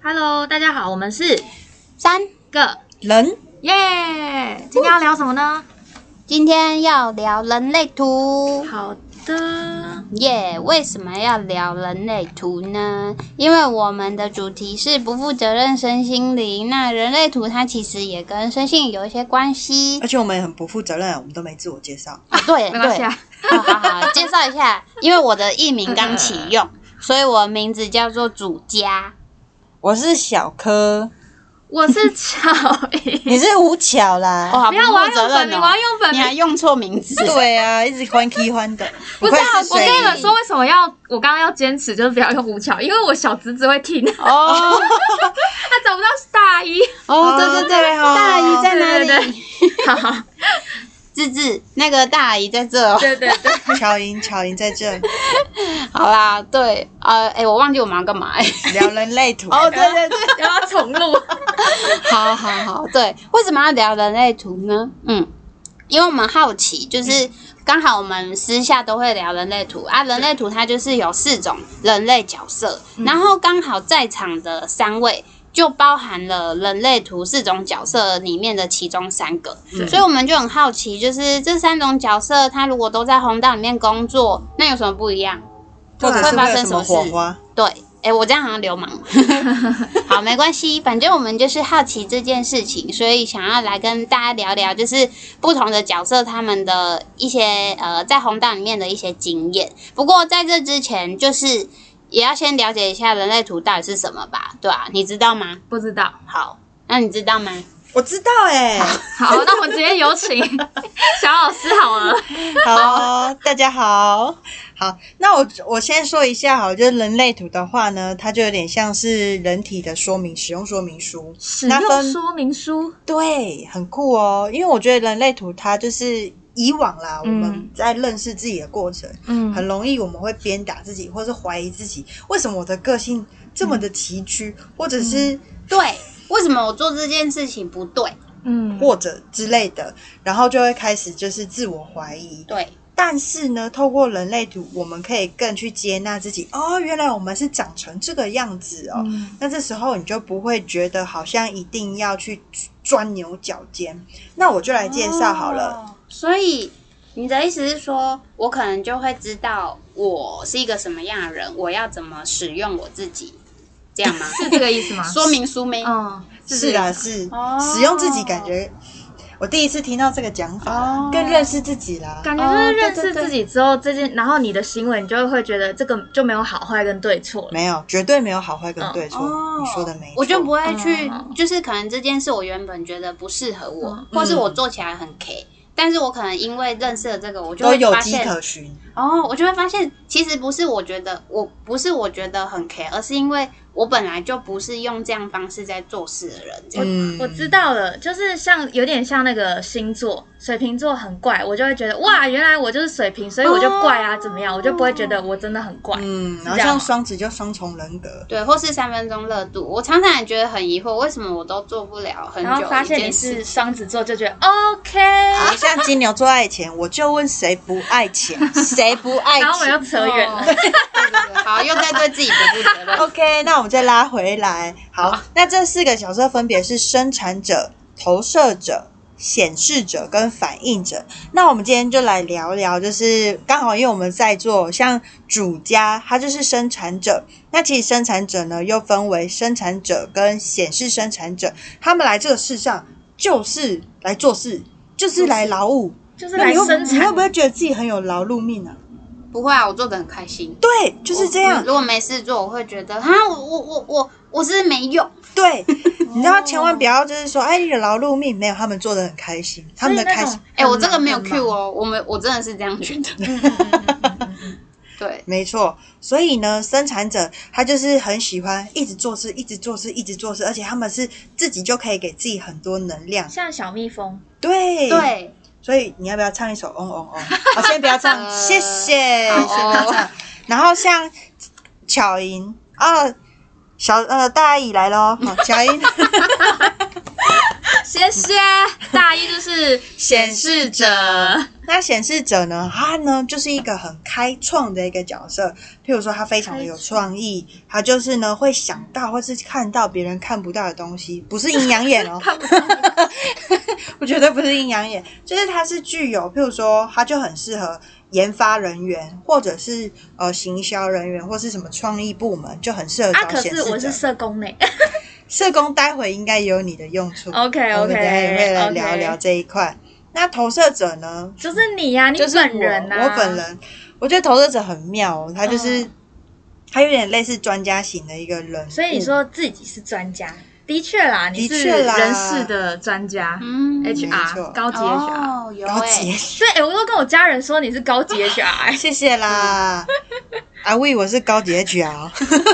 Hello， 大家好，我们是 3 个人耶。今天要聊什么呢？ 今天要聊人类图。 好的耶，为什么要聊人类图呢？因为我们的主题是不负责任身心灵，那人类图它其实也跟身心有一些关系。 而且我们也很不负责任，我们都没自我介绍。 对， 没关系啊。 好，介绍一下，因为我的艺名刚启用，所以我名字叫做主家。 我是小柯， 我是巧莹。 你是吴巧啦。 哇， 不要，我要负责任用本名，我要用本你还名。 用错名字。 对啊，一直欢 K 欢的。 不是啊，我跟你们们说，为什么我刚刚要坚持就是不要用吴巧，因为我小侄子会听，他哦找不到大一。 哦，对，大阿姨在哪里？ 对好， 芝那个大阿姨在这哦。 对， 巧莹在这好啦，对，我忘记我们要干嘛聊人类图。 哦，对， 要不要重录？ 好，对，为什么要聊人类图呢？因为我们好奇，就是刚好我们私下都会聊人类图啊。人类图它就是有4种人类角色，然后刚好在场的3位就包含了人类图4种角色里面的其中3个，所以我们就很好奇，就是这3种角色，它如果都在红道里面工作，那有什么不一样？ 或者是会发生会有什么火花？ 对，我这样好像流氓。好，没关系，反正我们就是好奇这件事情，所以想要来跟大家聊聊，就是不同的角色他们的一些在红道里面的一些经验。不过在这之前，就是也要先了解一下人类图到底是什么吧，对吧？你知道吗？ 不知道。 好，那你知道吗？ 我知道好，那我们直接有请小老师好了。 好，大家好。好，那我先说一下好，就是人类图的话呢，它就有点像是人体的使用说明书。 使用说明书。 对，很酷哦。因为我觉得人类图它就是以往啦，我们在认识自己的过程，很容易我们会鞭打自己，或是怀疑自己，为什么我的个性这么的崎岖，或者是对，为什么我做这件事情不对？ 或者之类的，然后就会开始就是自我怀疑。 对。 但是呢，透过人类图，我们可以更去接纳自己。哦，原来我们是长成这个样子哦。那这时候你就不会觉得好像一定要去钻牛角尖。那我就来介绍好了。 所以你的意思是说，我可能就会知道我是一个什么样的人，我要怎么使用我自己，这样吗？ 是这个意思吗？ 说明书没？ 是啦，是使用自己，感觉。我第一次听到这个讲法，更认识自己啦。 感觉就是认识自己之后，然后你的行为，你就会觉得这个就没有好坏跟对错了。 没有，绝对没有好坏跟对错。你说的没错。 我就不会去，就是可能这件事我原本觉得不适合我，或是我做起来很 K，但是我可能因为认识了这个，我就会发现都有迹可循。 我就会发现，其实不是我觉得很 K， 而是因为我本来就不是用这样方式在做事的人。 我知道了，就是有点像那个星座，水瓶座很怪，我就会觉得哇，原来我就是水瓶，所以我就怪啊，怎么样，我就不会觉得我真的很怪。 然后像双子就双重人格， 对，或是3分钟热度，我常常也觉得很疑惑，为什么我都做不了很久一件事。 然后发现你是双子座，就觉得 OK。 像金牛座爱钱，我就问谁不爱钱，谁不爱钱？ 然后我们又扯远了。 对，好，又在对自己不负责任。 OK， 那我们再拉回来。好，那这4个角色分别是生产者、投射者、显示者跟反应者。那我们今天就来聊聊，就是刚好因为我们在做像主家，他就是生产者。那其实生产者呢，又分为生产者跟显示生产者，他们来这个世上就是来做事，就是来劳务， 就是来生产。 你会不会觉得自己很有劳碌命啊？ 不会啊，我做得很开心。 对，就是这样。 如果没事做，我会觉得我是没用。 对，你知道千万不要就是说，你的劳碌命没有，他们做得很开心，他们的开心。 我这个没有 Q 哦，我真的是这样觉得。对， 没错。所以呢，生产者他就是很喜欢一直做事，一直做事，一直做事，而且他们是自己就可以给自己很多能量， 像小蜜蜂。 对。所以你要不要唱一首嗡嗡嗡？好，先不要唱，谢谢。先不要唱。然后像巧莹大阿姨来咯，好，巧莹。 谢谢。大一就是显示者， 那显示者呢，他呢就是一个很开创的一个角色，譬如说他非常的有创意，他就是呢会想到或是看到别人看不到的东西，不是阴阳眼哦， 看不到。 我觉得不是阴阳眼，就是他是具有，譬如说他就很适合研发人员，或者是行销人员，或是什么创意部门，就很适合找可显示者。 是我是社工呢。 社工待会应该也有你的用处。 OK， 我们等一下也会来聊聊这一块。那投射者呢？ 就是你呀，你本人啊。 我本人，我觉得投射者很妙哦，他就是他有点类似专家型的一个人。 所以你说自己是专家，的确啦，你是人事的专家，HR 高级 HR， 有对，我都跟我家人说你是高级 HR， 谢谢啦。阿威，我是高级 HR。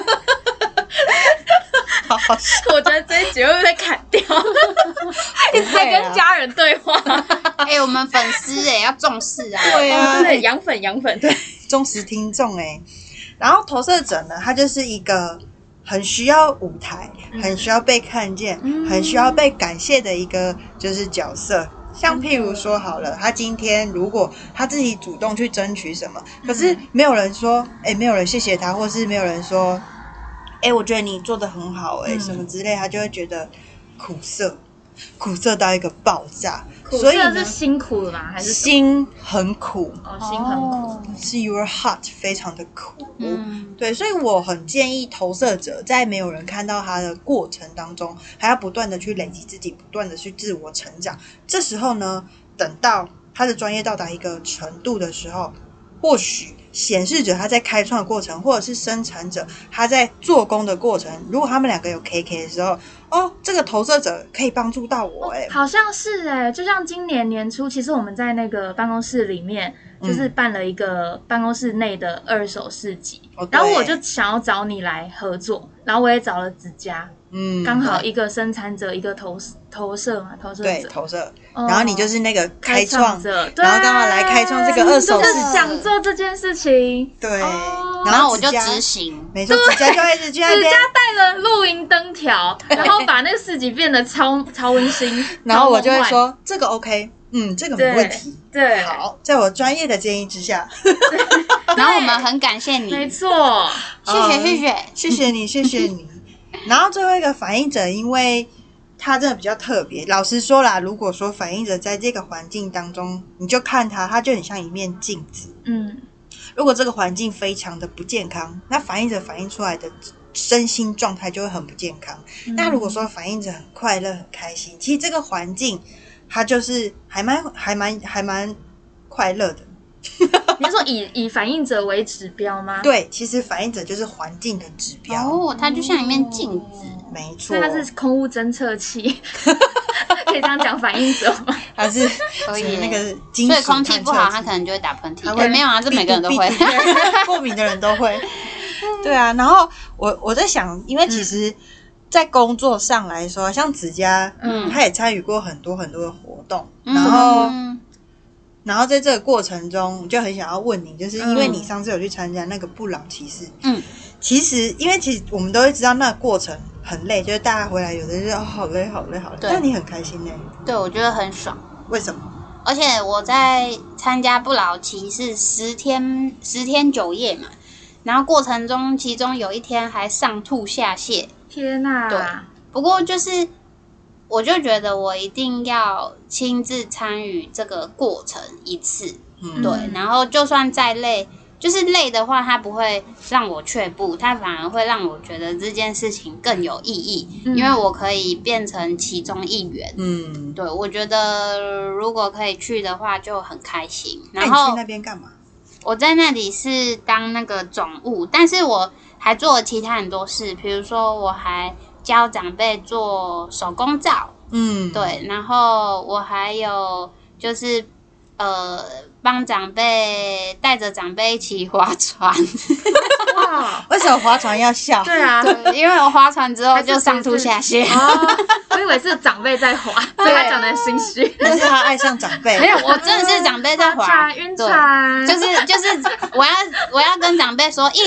好好笑， 我觉得这一集会被砍掉，一直在跟家人对话。 我们粉丝要重视啊！ 对啊， 对，养粉，对， 忠实听众然后投射者呢，他就是一个很需要舞台，很需要被看见，很需要被感谢的一个就是角色。像譬如说好了，他今天如果他自己主动去争取什么，可是没有人说，没有人谢谢他，或是没有人说，我觉得你做得很好，什么之类，他就会觉得苦涩到一个爆炸。 所以是辛苦了吗？还是心很苦？ 心很苦， 是 your heart 非常的苦。对，所以我很建议投射者在没有人看到他的过程当中，还要不断的去累积自己，不断的去自我成长。这时候呢，等到他的专业到达一个程度的时候，或许显示者他在开创的过程，或者是生产者他在做工的过程，如果他们两个有 KK 的时候，这个投射者可以帮助到我好像是就像今年年初，其实我们在那个办公室里面，就是办了一个办公室内的二手市集，然后我就想要找你来合作，然后我也找了子佳。刚好一个生产者，一个投射嘛，投射者， 对，投射。然后你就是那个开创者， 然后刚好来开创这个二手市集， 想做这件事情， 对。 然后我就执行， 没错，子佳就一直去那边， 子佳带了露营灯条，然后把那个市集变得超温馨。 然后我就会说这个 OK，这个没问题， 对， 好，在我专业的建议之下， 然后我们很感谢你， 没错， 谢谢你。然后最后一个反应者，因为他真的比较特别。老实说啦，如果说反应者在这个环境当中，你就看他就很像一面镜子。如果这个环境非常的不健康，那反应者反映出来的身心状态就会很不健康。那如果说反应者很快乐、很开心，其实这个环境它就是还蛮快乐的。 你是说以反应者为指标吗？ 对，其实反应者就是环境的指标。 它就像一面镜子。 没错， 那它是空污侦测器，可以这样讲反应者吗？ 它是可以那个金属， 所以空气不好，它可能就会打喷嚏。没有啊，这每个人都会， 过敏的人都会。对啊，然后我在想，因为其实，在工作上来说，像子佳，他也参与过很多很多的活动，然后在这个过程中，就很想要问你，就是因为你上次有去参加那个布朗骑士，其实我们都会知道那个过程很累，就是大家回来有的就是好累，但你很开心对，我觉得很爽。 为什么？ 而且我在参加不老骑士10天9夜嘛，然后过程中其中有一天还上吐下泻， 天哪！ 对，不过就是我就觉得我一定要亲自参与这个过程一次，对，然后就算再累，就是累的话，它不会让我却步，它反而会让我觉得这件事情更有意义，因为我可以变成其中一员。对，我觉得如果可以去的话就很开心。然后你去那边干嘛？ 我在那里是当那个总务，但是我还做了其他很多事，比如说我还教长辈做手工皂，对，然后我还有就是帮长辈带着长辈一起划船。 哇， 为什么划船要笑？ 对啊， 对，因为我划船之后就上吐下泻。 我以为是长辈在划，所以他讲的很心虚。 但是他爱上长辈， 没有，我真的是长辈在划， 晕船， 就是我要跟长辈说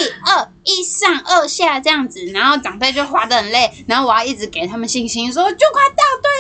1上2下这样子，然后长辈就划得很累，然后我要一直给他们信心，说就快到，对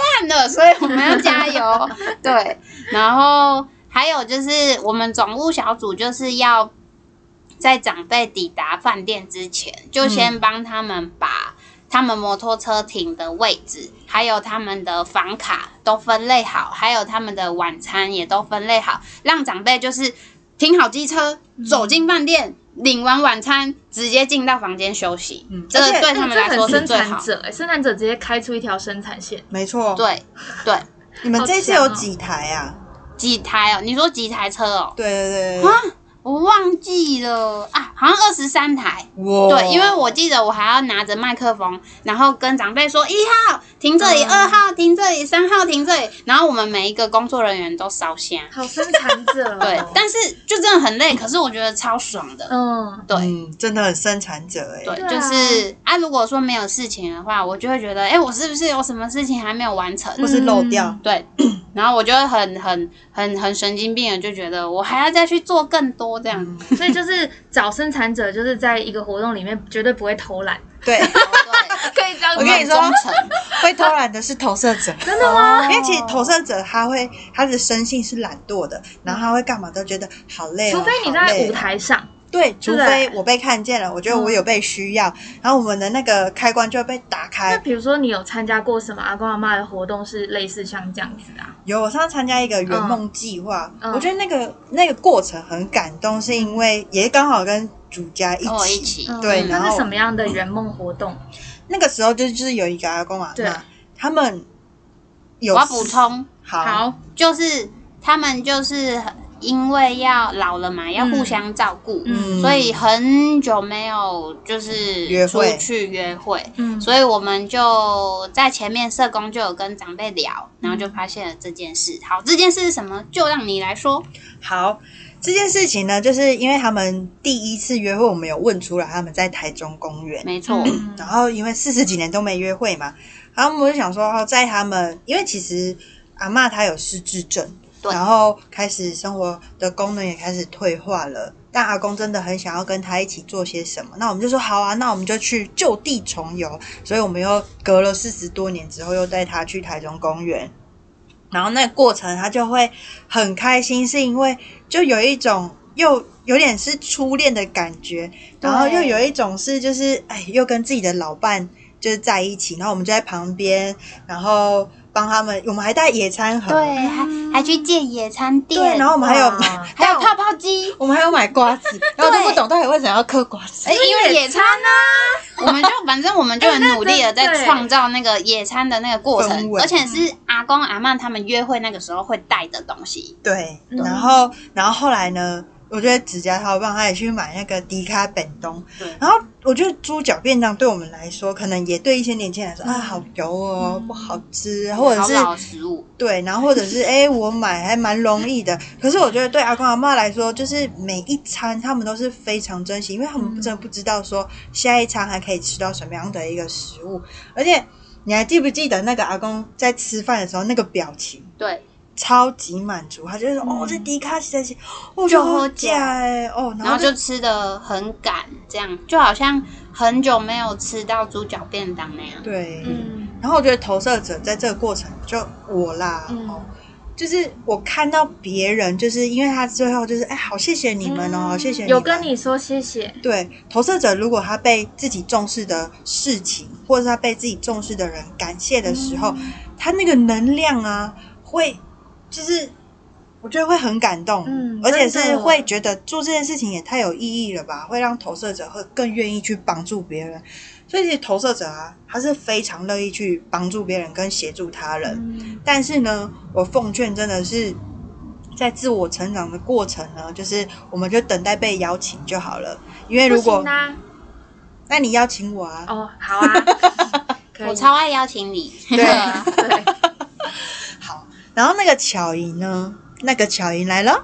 烂了，所以我们要加油。对，然后还有就是我们总务小组就是要在长辈抵达饭店之前，就先帮他们把他们摩托车停的位置，还有他们的房卡都分类好，还有他们的晚餐也都分类好，让长辈就是停好机车，走进饭店，领完晚餐，直接进到房间休息。这个对他们来说是最好。 生产者直接开出一条生产线。 没错。 对对。 你们这次有几台啊？ 几台哦？你说几台车哦？ 对对对。我忘记了啊，好像23台。 哇！ 对，因为我记得我还要拿着麦克风，然后跟长辈说1号停这里，2号停这里，3号停这里，然后我们每一个工作人员都烧香。 好生产者哦。 对，但是就真的很累，可是我觉得超爽的。对， 真的很生产者哎。 对，就是如果说没有事情的话，我就会觉得，我是不是有什么事情还没有完成， 或是漏掉？ 对，然后我就会很神经病的，就觉得我还要再去做更多这样。 所以就是找生产者，就是在一个活动里面绝对不会偷懒。 对， 可以这样。 我跟你说，会偷懒的是投射者。 真的吗？ 因为其实投射者他的生性是懒惰的，然后他会干嘛都觉得好累， 除非你在舞台上。 对，除非我被看见了，我觉得我有被需要，然后我们的那个开关就会被打开。 那比如说你有参加过什么阿公阿嬷的活动是类似像这样子的？ 有，我上次参加一个圆梦计划，我觉得那个过程很感动，是因为也刚好跟主家一起。对， 那是什么样的圆梦活动？ 那个时候就是有一个阿公阿嬷，他们有。 我要补充， 好， 就是他们就是因为要老了嘛，要互相照顾，所以很久没有就是出去约会，所以我们就在前面社工就有跟长辈聊，然后就发现了这件事。好，这件事是什么？就让你来说。 好，这件事情呢，就是因为他们第一次约会，我们有问出来，他们在台中公园， 没错。 然后因为40几年都没约会嘛，然后我们就想说，在他们因为其实阿嬷她有失智症。然后开始生活的功能也开始退化了，但阿公真的很想要跟他一起做些什么，那我们就说好啊，那我们就去就地重游，所以我们又隔了40多年之后又带他去台中公园，然后那个过程他就会很开心，是因为就有一种又有点是初恋的感觉，然后又有一种是就是又跟自己的老伴就是在一起，然后我们就在旁边，然后帮他们，我们还带野餐盒， 对，还去借野餐垫， 对，然后我们还有泡泡机， 我们还有买瓜子，然后我都不懂到底为什么要嗑瓜子， 因为野餐啊，我们就反正我们就很努力的在创造那个野餐的那个过程，而且是阿公阿嬷他们约会那个时候会带的东西， 对，然后后来呢？我觉得指甲超棒，他也去买那个迪卡本东。然后我觉得猪脚便当对我们来说，可能也对一些年轻人来说好油哦，不好吃，或者是好老食物。 对，然后或者是我买还蛮容易的。可是我觉得对阿公阿嬷来说，就是每一餐他们都是非常珍惜，因为他们真的不知道说下一餐还可以吃到什么样的一个食物。而且你还记不记得那个阿公在吃饭的时候那个表情？ 对。 超级满足，他就说这迪卡实在是，就好假然后就吃得很赶，这样就好像很久没有吃到猪脚便当那样。 对，然后我觉得投射者在这个过程，就我啦，就是我看到别人，就是因为他最后就是好谢谢你们好谢谢你们， 有跟你说谢谢。 对，投射者如果他被自己重视的事情，或者是他被自己重视的人感谢的时候，他那个能量啊，会。就是我觉得会很感动，而且是会觉得做这件事情也太有意义了吧，会让投射者会更愿意去帮助别人。所以其实投射者啊，他是非常乐意去帮助别人跟协助他人。但是呢，我奉劝真的是在自我成长的过程呢，就是我们就等待被邀请就好了。因为如果那你邀请我啊？ 哦，好啊， 我超爱邀请你。 对。好。然后那个巧莹呢？那个巧莹来了。 那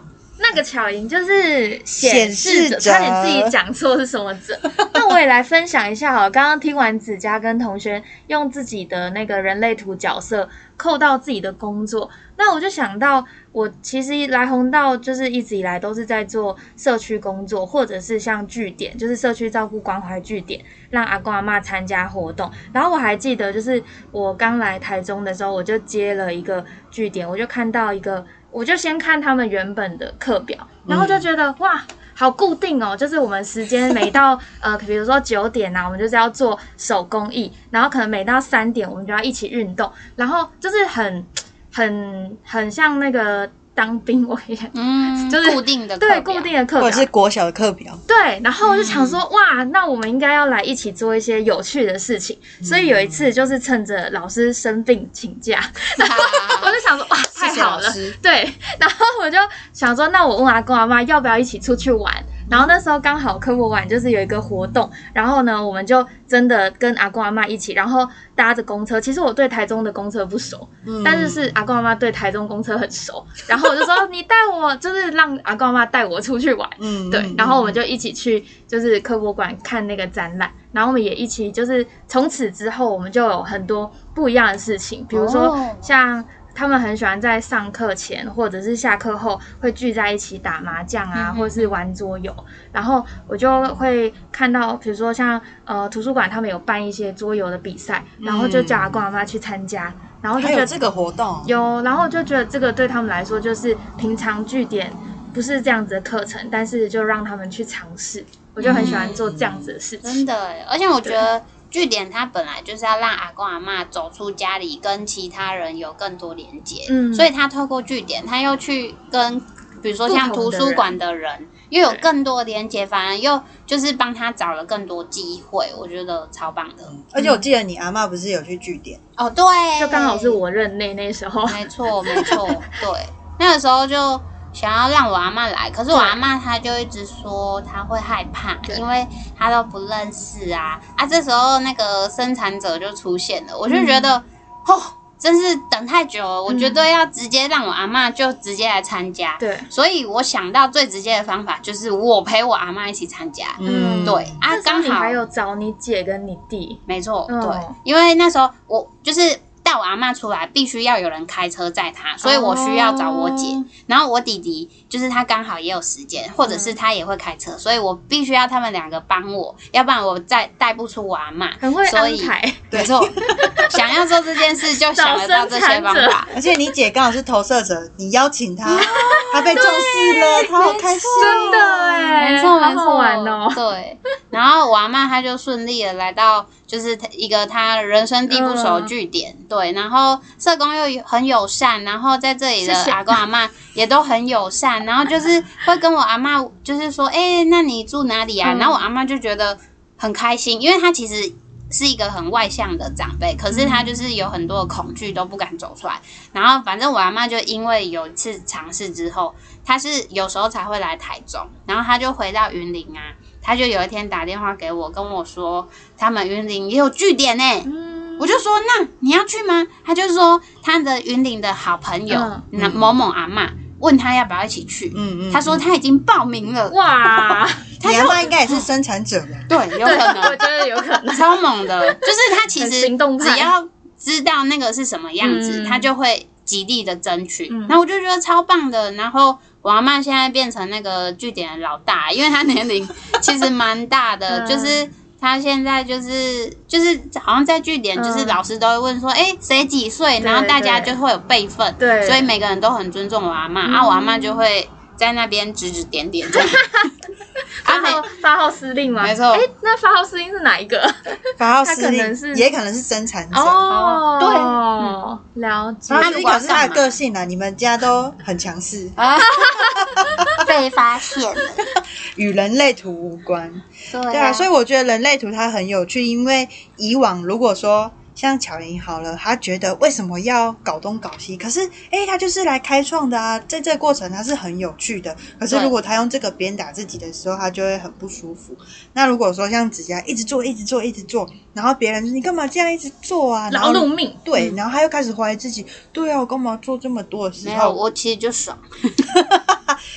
那个巧莹就是显示者， 显示者差点自己讲错是什么者。那我也来分享一下好了，刚刚听完子佳跟同学用自己的那个人类图角色扣到自己的工作，那我就想到，我其实来弘道就是一直以来都是在做社区工作，或者是像据点，就是社区照顾关怀据点，让阿公阿嬷参加活动。然后我还记得，就是我刚来台中的时候，我就接了一个据点，我就看到一个，我就先看他们原本的课表，然后就觉得哇。好固定哦，就是我们时间每到比如说9点啊，我们就是要做手工艺，然后可能每到3点我们就要一起运动，然后就是很像那个当兵我也就是固定的课对表固定的课表， 或者是国小的课表。 对，然后我就想说，哇，那我们应该要来一起做一些有趣的事情。所以有一次就是趁着老师生病请假，然后我就想说，哇，太好了， 谢谢老师对，然后我就想说，那我问阿公阿嬷要不要一起出去玩。然后那时候刚好科博馆就是有一个活动，然后呢，我们就真的跟阿公阿嬷一起，然后搭着公车。其实我对台中的公车不熟，但是阿公阿嬷对台中公车很熟。然后我就说你带我，就是让阿公阿嬷带我出去玩，对。然后我们就一起去就是科博馆看那个展览，然后我们也一起就是从此之后我们就有很多不一样的事情，比如说像。他们很喜欢在上课前或者是下课后会聚在一起打麻将啊，或者是玩桌游。然后我就会看到，比如说像图书馆他们有办一些桌游的比赛，然后就叫阿公阿嬷去参加，然后就觉得还有这个活动有，然后就觉得这个对他们来说就是平常据点不是这样子的课程，但是就让他们去尝试。我就很喜欢做这样子的事情， 真的耶，而且我觉得。据点它本来就是要让阿公阿嬷走出家里，跟其他人有更多连接，所以他透过据点，他又去跟比如说像图书馆的人又有更多的连接，反而又就是帮他找了更多机会，我觉得超棒的。 而且我记得你阿嬷不是有去据点哦，对， 就刚好是我任内那时候， 没错，对，那个时候就。想要让我阿嬷来，可是我阿嬷她就一直说她会害怕，因为她都不认识啊。这时候那个生产者就出现了，我就觉得，真是等太久了。我觉得要直接让我阿嬷就直接来参加，对，所以我想到最直接的方法就是我陪我阿嬷一起参加，对刚好还有找你姐跟你弟， 没错，对，因为那时候我就是。带我阿嬷出来，必须要有人开车载她，所以我需要找我姐。然后我弟弟就是他刚好也有时间，或者是他也会开车，所以我必须要他们2个帮我，要不然我带不出我阿嬷。 很会安排， 没错。想要做这件事，就想得到这些方法。 而且你姐刚好是投射者，你邀请她，她被重视了，她好开心， 真的哎， 没错， 好好玩哦。 对，然后我阿嬷她就顺利的来到。就是一个他人生地不熟的据点，对，然后社工又很友善，然后在这里的阿公阿嬷也都很友善，然后就是会跟我阿嬷就是说，那你住哪里啊？然后我阿嬷就觉得很开心，因为他其实是一个很外向的长辈，可是他就是有很多的恐惧都不敢走出来。然后反正我阿嬷就因为有一次尝试之后，他是有时候才会来台中，然后他就回到云林啊。他就有一天打电话给我，跟我说他们云林也有据点欸，我就说那你要去吗？他就说他的云林的好朋友某某阿嬷问他要不要一起去，他说他已经报名了。 哇， 你阿嬷应该也是生产者吧？ 对，有可能， 我觉得有可能， 超猛的，就是他其实只要知道那个是什么样子，他就会极力的争取。然后我就觉得超棒的，然后。我阿嬷现在变成那个据点的老大，因为她年龄其实蛮大的，就是她现在就是好像在据点，就是老师都会问说，谁几岁，然后大家就会有辈分，对，所以每个人都很尊重我阿嬷，我阿嬷就会在那边指指点点这样。 发号施令吗？ 没错。 那发号施令是哪一个？ 发号施令也可能是生产者。 对， 了解。 发号施令可是他的个性啊，你们家都很强势啊， 被发现了， 与人类图无关。对啊，所以我觉得人类图它很有趣，因为以往如果说。像巧莹好了，他觉得为什么要搞东搞西？可是，他就是来开创的啊，在这个过程他是很有趣的。可是如果他用这个鞭打自己的时候，他就会很不舒服。那如果说像子佳一直做，然后别人你干嘛这样一直做啊？ 劳碌命。 对，然后他又开始怀疑自己，对啊，我干嘛做这么多的时候？ 没有，我其实就爽。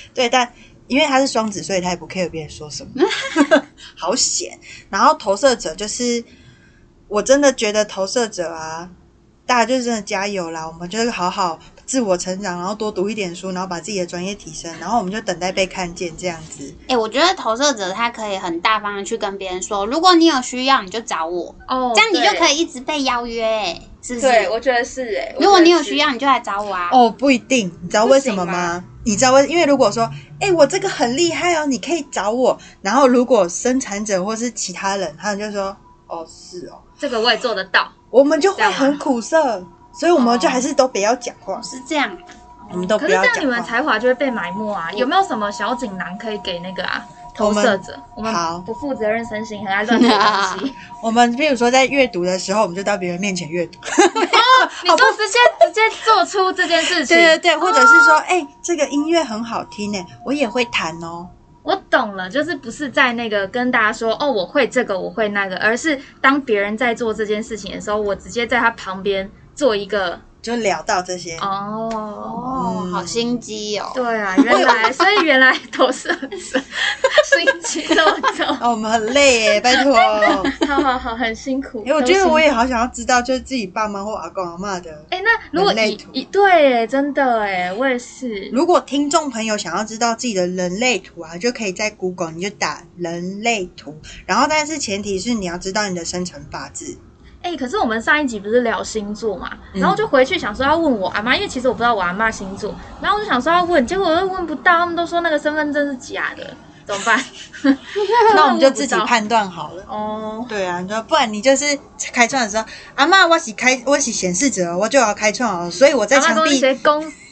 对，但因为他是双子，所以他也不 care 别人说什么，好险。然后投射者就是我真的觉得投射者啊，大家就真的加油啦，我们就是好好自我成长，然后多读一点书，然后把自己的专业提升，然后我们就等待被看见这样子。 我觉得投射者他可以很大方的去跟别人说，如果你有需要你就找我，这样你就可以一直被邀约，是不是？ 对，我觉得是如果你有需要你就来找我啊。 不一定，你知道为什么吗？你知道因为如果说我这个很厉害哦，你可以找我，然后如果生产者或是其他人他们就说是哦， 这个我也做得到， 我们就会很苦涩，所以我们就还是都不要讲话， 是这样。 我们都不可是这要讲话。 样你们才华就会被埋没啊！有没有什么小锦囊可以给那个投射者？我们不负责任身心，很爱乱写东西。 我们比如说在阅读的时候，我们就到别人面前阅读。 你说直接做出这件事情， 对，或者是说，这个音乐很好听我也会弹哦。 我懂了，就是不是在那个跟大家说我会这个我会那个，而是当别人在做这件事情的时候，我直接在他旁边做一个， 就聊到这些好心机哦。 对啊，所以原来投射者心机这么重。 我们很累耶，拜托。 好，很辛苦。 我觉得我也好想要知道，就是自己爸妈或阿公阿嬷的。 那如果对，真的我也是。 如果听众朋友想要知道自己的人类图啊，就可以在 Google 你就打人类图，然后但是前提是你要知道你的生辰八字。 可是我们上一集不是聊星座嘛，然后就回去想说要问我阿妈，因为其实我不知道我阿妈星座，然后我就想说要问，结果我又问不到，他们都说那个身份证是假的，怎么办？ 那我们就自己判断好了。对啊，你说不然你就是开创的时候，阿妈我是显示者，我就要开创哦，所以我在墙壁，所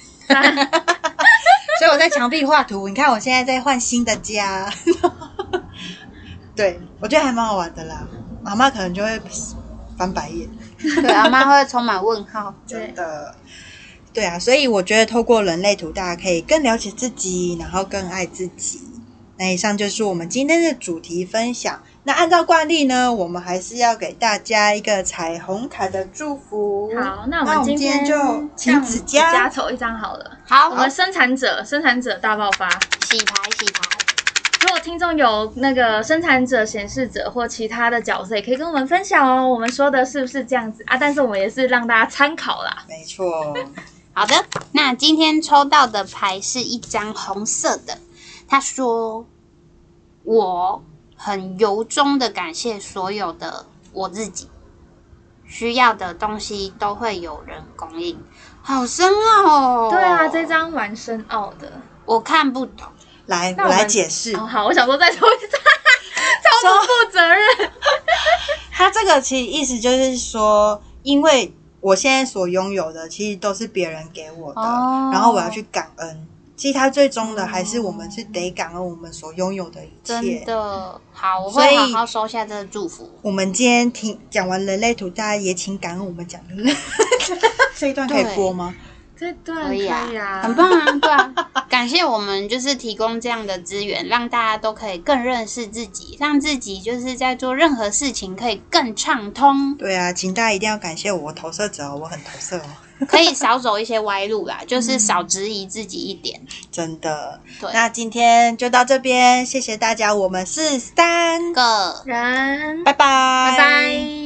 以我在墙壁画图。你看我现在在换新的家，对我觉得还蛮好玩的啦。阿妈可能就会翻白眼， 对，阿妈会充满问号， 真的。对啊，所以我觉得透过人类图，大家可以更了解自己，然后更爱自己。那以上就是我们今天的主题分享。那按照惯例呢，我们还是要给大家一个彩虹卡的祝福。 好，那我们今天就请子佳抽一张好了。 好， 我们生产者大爆发， 洗牌。 如果听众有那个生产者、显示者或其他的角色，也可以跟我们分享哦。我们说的是不是这样子啊？但是我们也是让大家参考啦。 没错。 好的，那今天抽到的牌是一张红色的。他说：“我很由衷的感谢所有的我自己，需要的东西都会有人供应。”好深奥哦。 对啊，这张蛮深奥的， 我看不懂。 来，我来解释。 好，我想说再抽一张，超不负责任。 他这个其实意思就是说，因为我现在所拥有的其实都是别人给我的，然后我要去感恩。其实他最终的还是我们是得感恩我们所拥有的一切。 真的，好，我会好好收下这个祝福。 我们今天讲完人类图，大家也请感恩我们讲的。这一段可以播吗？ 这段可以啊，很棒啊，对啊，感谢我们就是提供这样的资源，让大家都可以更认识自己，让自己就是在做任何事情可以更畅通。 对啊，请大家一定要感谢我投射者，我很投射哦。 可以少走一些歪路啦，就是少质疑自己一点。 真的。 对， 那今天就到这边，谢谢大家，我们是3 个人， 拜拜， 拜拜。